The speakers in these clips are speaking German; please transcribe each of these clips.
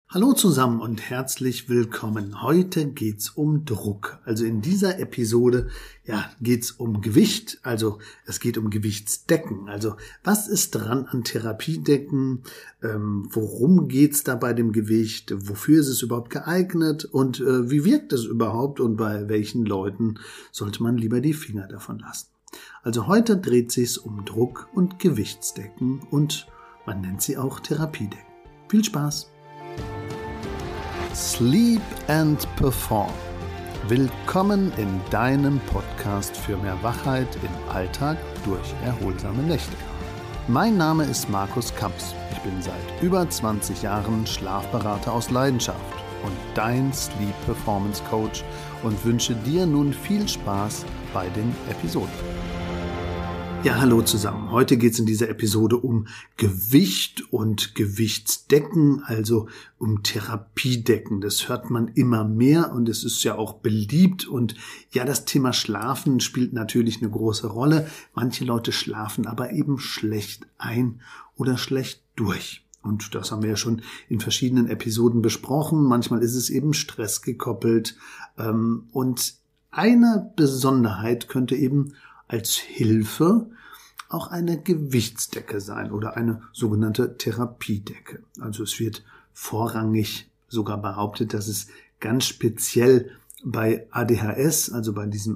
Hallo zusammen und herzlich willkommen. Heute geht's um Druck. Also in dieser Episode, geht's um Gewicht. Also es geht um Gewichtsdecken. Also was ist dran an Therapiedecken? Worum geht's da bei dem Gewicht? Wofür ist es überhaupt geeignet? Und wie wirkt es überhaupt? Und bei welchen Leuten sollte man lieber die Finger davon lassen? Also heute dreht sich's um Druck und Gewichtsdecken und man nennt sie auch Therapiedecken. Viel Spaß! Sleep and Perform. Willkommen in deinem Podcast für mehr Wachheit im Alltag durch erholsame Nächte. Mein Name ist Markus Kamps. Ich bin seit über 20 Jahren Schlafberater aus Leidenschaft und dein Sleep Performance Coach und wünsche dir nun viel Spaß bei den Episoden. Ja, hallo zusammen. Heute geht es in dieser Episode um Gewicht und Gewichtsdecken, also um Therapiedecken. Das hört man immer mehr und es ist ja auch beliebt. Und ja, das Thema Schlafen spielt natürlich eine große Rolle. Manche Leute schlafen aber eben schlecht ein oder schlecht durch. Und das haben wir ja schon in verschiedenen Episoden besprochen. Manchmal ist es eben Stress gekoppelt. Und eine Besonderheit könnte eben als Hilfe auch eine Gewichtsdecke sein oder eine sogenannte Therapiedecke. Also es wird vorrangig sogar behauptet, dass es ganz speziell bei ADHS, also bei diesem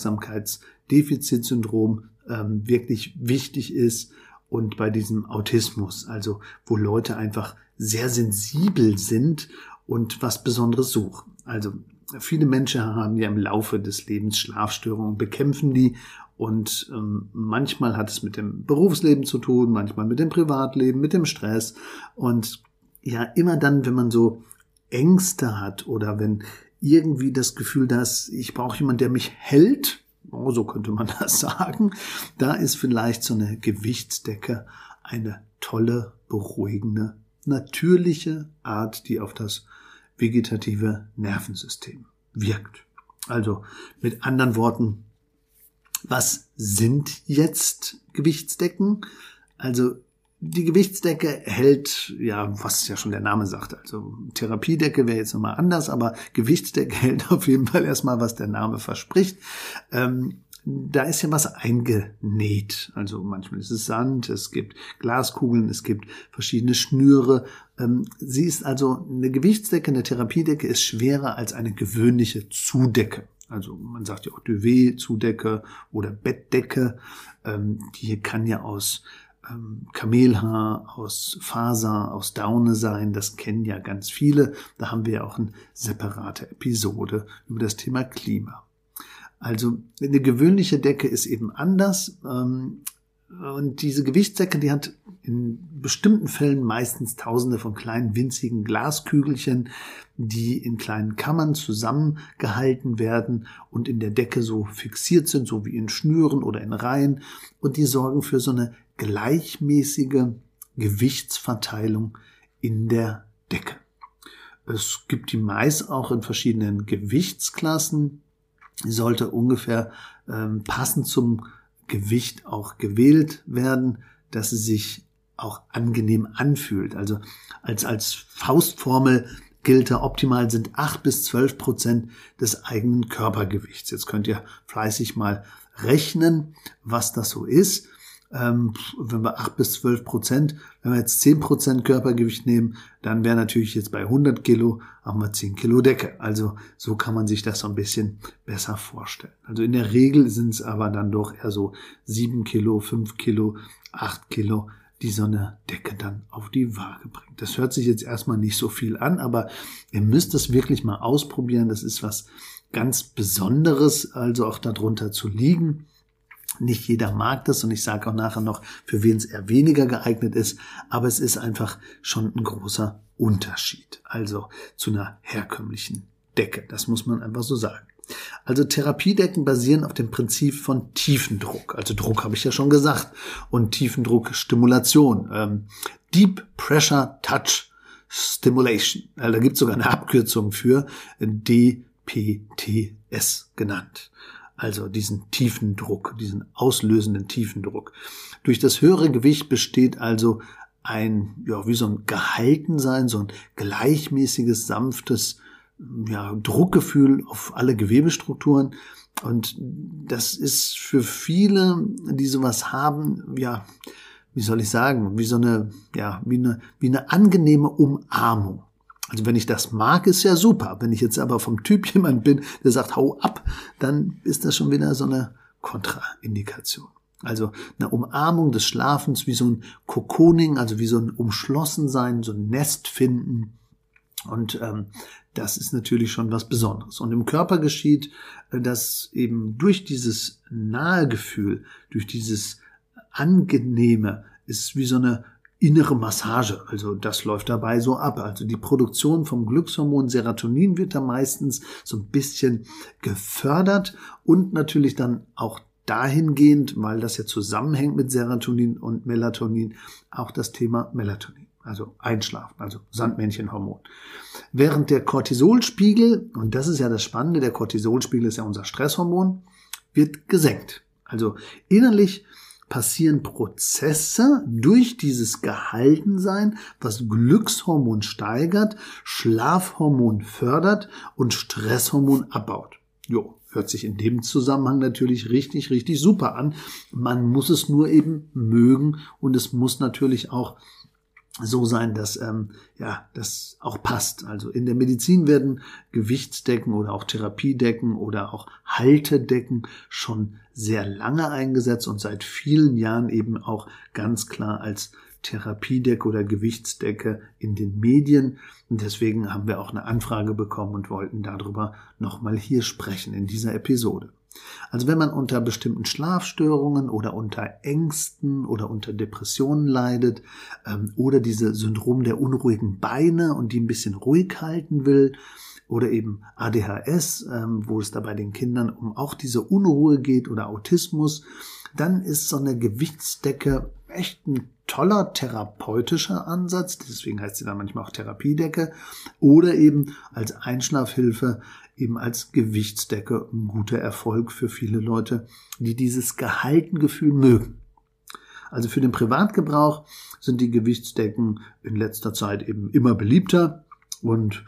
Aufmerksamkeitsdefizitsyndrom, wirklich wichtig ist und bei diesem Autismus, also wo Leute einfach sehr sensibel sind und was Besonderes suchen. Also viele Menschen haben ja im Laufe des Lebens Schlafstörungen, bekämpfen die und manchmal hat es mit dem Berufsleben zu tun, manchmal mit dem Privatleben, mit dem Stress und ja, immer dann, wenn man so Ängste hat oder wenn irgendwie das Gefühl, dass ich brauche jemanden, der mich hält, so könnte man das sagen, da ist vielleicht so eine Gewichtsdecke eine tolle, beruhigende, natürliche Art, die auf das vegetative Nervensystem wirkt. Also mit anderen Worten, was sind jetzt Gewichtsdecken? Also die Gewichtsdecke hält, was ja schon der Name sagt, also Therapiedecke wäre jetzt nochmal anders, aber Gewichtsdecke hält auf jeden Fall erstmal, was der Name verspricht. Da ist ja was eingenäht. Also manchmal ist es Sand, es gibt Glaskugeln, es gibt verschiedene Schnüre. Sie ist also eine Gewichtsdecke, eine Therapiedecke ist schwerer als eine gewöhnliche Zudecke. Also man sagt ja auch Duvet, Zudecke oder Bettdecke. Die kann ja aus Kamelhaar, aus Faser, aus Daune sein. Das kennen ja ganz viele. Da haben wir ja auch eine separate Episode über das Thema Klima. Also eine gewöhnliche Decke ist eben anders und diese Gewichtsdecke, die hat in bestimmten Fällen meistens tausende von kleinen winzigen Glaskügelchen, die in kleinen Kammern zusammengehalten werden und in der Decke so fixiert sind, so wie in Schnüren oder in Reihen und die sorgen für so eine gleichmäßige Gewichtsverteilung in der Decke. Es gibt die meist auch in verschiedenen Gewichtsklassen. Die sollte ungefähr passend zum Gewicht auch gewählt werden, dass sie sich auch angenehm anfühlt. Also als Faustformel gilt da, optimal sind 8-12% des eigenen Körpergewichts. Jetzt könnt ihr fleißig mal rechnen, was das so ist. Wenn wir 8-12%, wenn wir jetzt 10% Körpergewicht nehmen, dann wäre natürlich jetzt bei 100 Kilo, haben wir 10 Kilo Decke. Also so kann man sich das so ein bisschen besser vorstellen. Also in der Regel sind es aber dann doch eher so 7 Kilo, 5 Kilo, 8 Kilo, die so eine Decke dann auf die Waage bringt. Das hört sich jetzt erstmal nicht so viel an, aber ihr müsst es wirklich mal ausprobieren. Das ist was ganz Besonderes, also auch darunter zu liegen. Nicht jeder mag das und ich sage auch nachher noch, für wen es eher weniger geeignet ist, aber es ist einfach schon ein großer Unterschied, also zu einer herkömmlichen Decke. Das muss man einfach so sagen. Also Therapiedecken basieren auf dem Prinzip von Tiefendruck. Also Druck habe ich ja schon gesagt und Tiefendruckstimulation. Deep Pressure Touch Stimulation. Also da gibt es sogar eine Abkürzung für DPTS genannt. Also diesen tiefen Druck, diesen auslösenden tiefen Druck. Durch das höhere Gewicht besteht also wie so ein Gehaltensein, so ein gleichmäßiges, sanftes, Druckgefühl auf alle Gewebestrukturen. Und das ist für viele, die sowas haben, wie soll ich sagen, wie eine angenehme Umarmung. Also wenn ich das mag, ist ja super. Wenn ich jetzt aber vom Typ jemand bin, der sagt, hau ab, dann ist das schon wieder so eine Kontraindikation. Also eine Umarmung des Schlafens, wie so ein Cocooning, also wie so ein Umschlossensein, so ein Nest finden. Und das ist natürlich schon was Besonderes. Und im Körper geschieht das eben durch dieses Nahegefühl, durch dieses Angenehme, ist wie so eine innere Massage. Also das läuft dabei so ab. Also die Produktion vom Glückshormon Serotonin wird da meistens so ein bisschen gefördert und natürlich dann auch dahingehend, weil das ja zusammenhängt mit Serotonin und Melatonin, auch das Thema Melatonin, also Einschlafen, also Sandmännchenhormon. Während der Cortisolspiegel, und das ist ja das Spannende, der Cortisolspiegel ist ja unser Stresshormon, wird gesenkt. Also innerlich passieren Prozesse durch dieses Gehaltensein, was Glückshormon steigert, Schlafhormon fördert und Stresshormon abbaut. Hört sich in dem Zusammenhang natürlich richtig, richtig super an. Man muss es nur eben mögen und es muss natürlich auch so sein, dass das auch passt. Also in der Medizin werden Gewichtsdecken oder auch Therapiedecken oder auch Haltedecken schon sehr lange eingesetzt und seit vielen Jahren eben auch ganz klar als Therapiedecke oder Gewichtsdecke in den Medien. Und deswegen haben wir auch eine Anfrage bekommen und wollten darüber nochmal hier sprechen in dieser Episode. Also wenn man unter bestimmten Schlafstörungen oder unter Ängsten oder unter Depressionen leidet oder diese Syndrom der unruhigen Beine und die ein bisschen ruhig halten will oder eben ADHS, wo es da bei den Kindern um auch diese Unruhe geht oder Autismus, dann ist so eine Gewichtsdecke echt ein toller therapeutischer Ansatz, deswegen heißt sie dann manchmal auch Therapiedecke, oder eben als Einschlafhilfe, eben als Gewichtsdecke, ein guter Erfolg für viele Leute, die dieses Gehaltengefühl mögen. Also für den Privatgebrauch sind die Gewichtsdecken in letzter Zeit eben immer beliebter und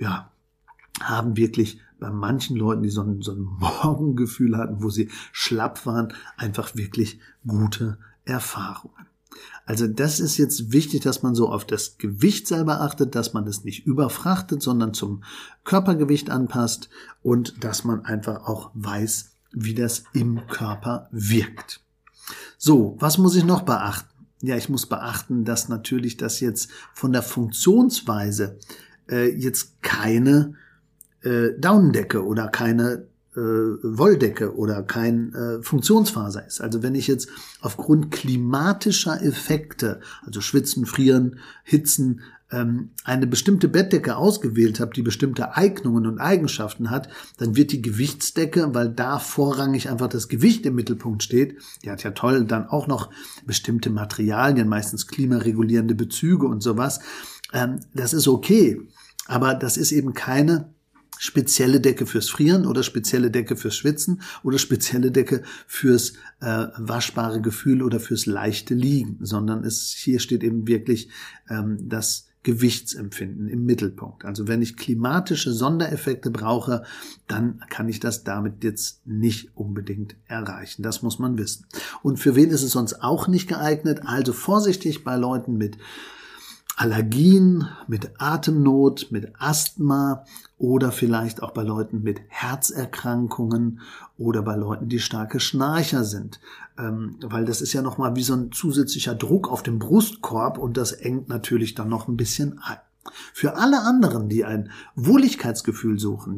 haben wirklich bei manchen Leuten, die so ein Morgengefühl hatten, wo sie schlapp waren, einfach wirklich gute Erfahrungen. Also das ist jetzt wichtig, dass man so auf das Gewicht selber achtet, dass man es nicht überfrachtet, sondern zum Körpergewicht anpasst und dass man einfach auch weiß, wie das im Körper wirkt. So, was muss ich noch beachten? Ja, ich muss beachten, dass natürlich das jetzt von der Funktionsweise jetzt keine Daunendecke oder keine Wolldecke oder kein Funktionsfaser ist. Also wenn ich jetzt aufgrund klimatischer Effekte, also Schwitzen, Frieren, Hitzen, eine bestimmte Bettdecke ausgewählt habe, die bestimmte Eignungen und Eigenschaften hat, dann wird die Gewichtsdecke, weil da vorrangig einfach das Gewicht im Mittelpunkt steht, die hat ja toll dann auch noch bestimmte Materialien, meistens klimaregulierende Bezüge und sowas, das ist okay, aber das ist eben keine spezielle Decke fürs Frieren oder spezielle Decke fürs Schwitzen oder spezielle Decke fürs waschbare Gefühl oder fürs leichte Liegen, sondern hier steht eben wirklich das Gewichtsempfinden im Mittelpunkt. Also wenn ich klimatische Sondereffekte brauche, dann kann ich das damit jetzt nicht unbedingt erreichen. Das muss man wissen. Und für wen ist es sonst auch nicht geeignet? Also vorsichtig bei Leuten mit Allergien, mit Atemnot, mit Asthma oder vielleicht auch bei Leuten mit Herzerkrankungen oder bei Leuten, die starke Schnarcher sind. Weil das ist ja nochmal wie so ein zusätzlicher Druck auf dem Brustkorb und das engt natürlich dann noch ein bisschen ein. Für alle anderen, die ein Wohligkeitsgefühl suchen,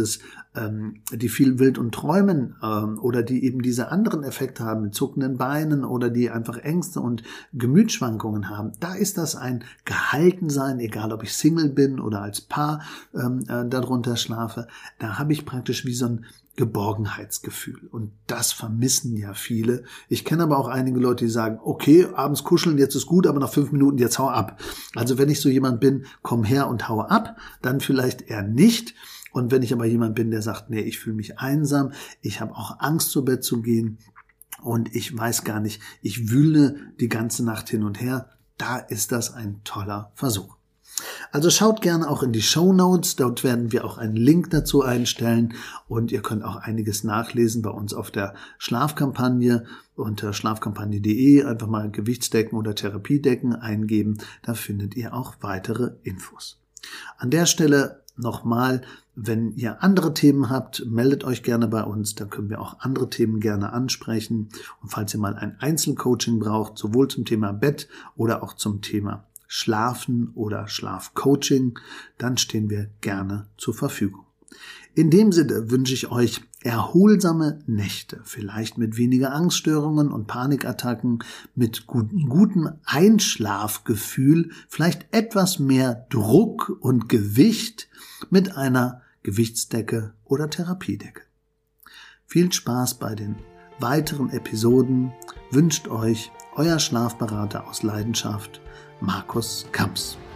die viel wild und träumen oder die eben diese anderen Effekte haben mit zuckenden Beinen oder die einfach Ängste und Gemütsschwankungen haben, da ist das ein Gehaltensein, egal ob ich Single bin oder als Paar darunter schlafe, da habe ich praktisch wie so ein Geborgenheitsgefühl. Und das vermissen ja viele. Ich kenne aber auch einige Leute, die sagen, okay, abends kuscheln, jetzt ist gut, aber nach 5 Minuten, jetzt hau ab. Also wenn ich so jemand bin, komm her und hau ab, dann vielleicht eher nicht. Und wenn ich aber jemand bin, der sagt, nee, ich fühle mich einsam, ich habe auch Angst, zu Bett zu gehen und ich weiß gar nicht, ich wühle die ganze Nacht hin und her, da ist das ein toller Versuch. Also schaut gerne auch in die Shownotes, dort werden wir auch einen Link dazu einstellen und ihr könnt auch einiges nachlesen bei uns auf der Schlafkampagne unter schlafkampagne.de, einfach mal Gewichtsdecken oder Therapiedecken eingeben, da findet ihr auch weitere Infos. An der Stelle nochmal, wenn ihr andere Themen habt, meldet euch gerne bei uns, da können wir auch andere Themen gerne ansprechen und falls ihr mal ein Einzelcoaching braucht, sowohl zum Thema Bett oder auch zum Thema Schlafen oder Schlafcoaching, dann stehen wir gerne zur Verfügung. In dem Sinne wünsche ich euch erholsame Nächte, vielleicht mit weniger Angststörungen und Panikattacken, mit gutem Einschlafgefühl, vielleicht etwas mehr Druck und Gewicht mit einer Gewichtsdecke oder Therapiedecke. Viel Spaß bei den weiteren Episoden wünscht euch euer Schlafberater aus Leidenschaft, Markus Kamps.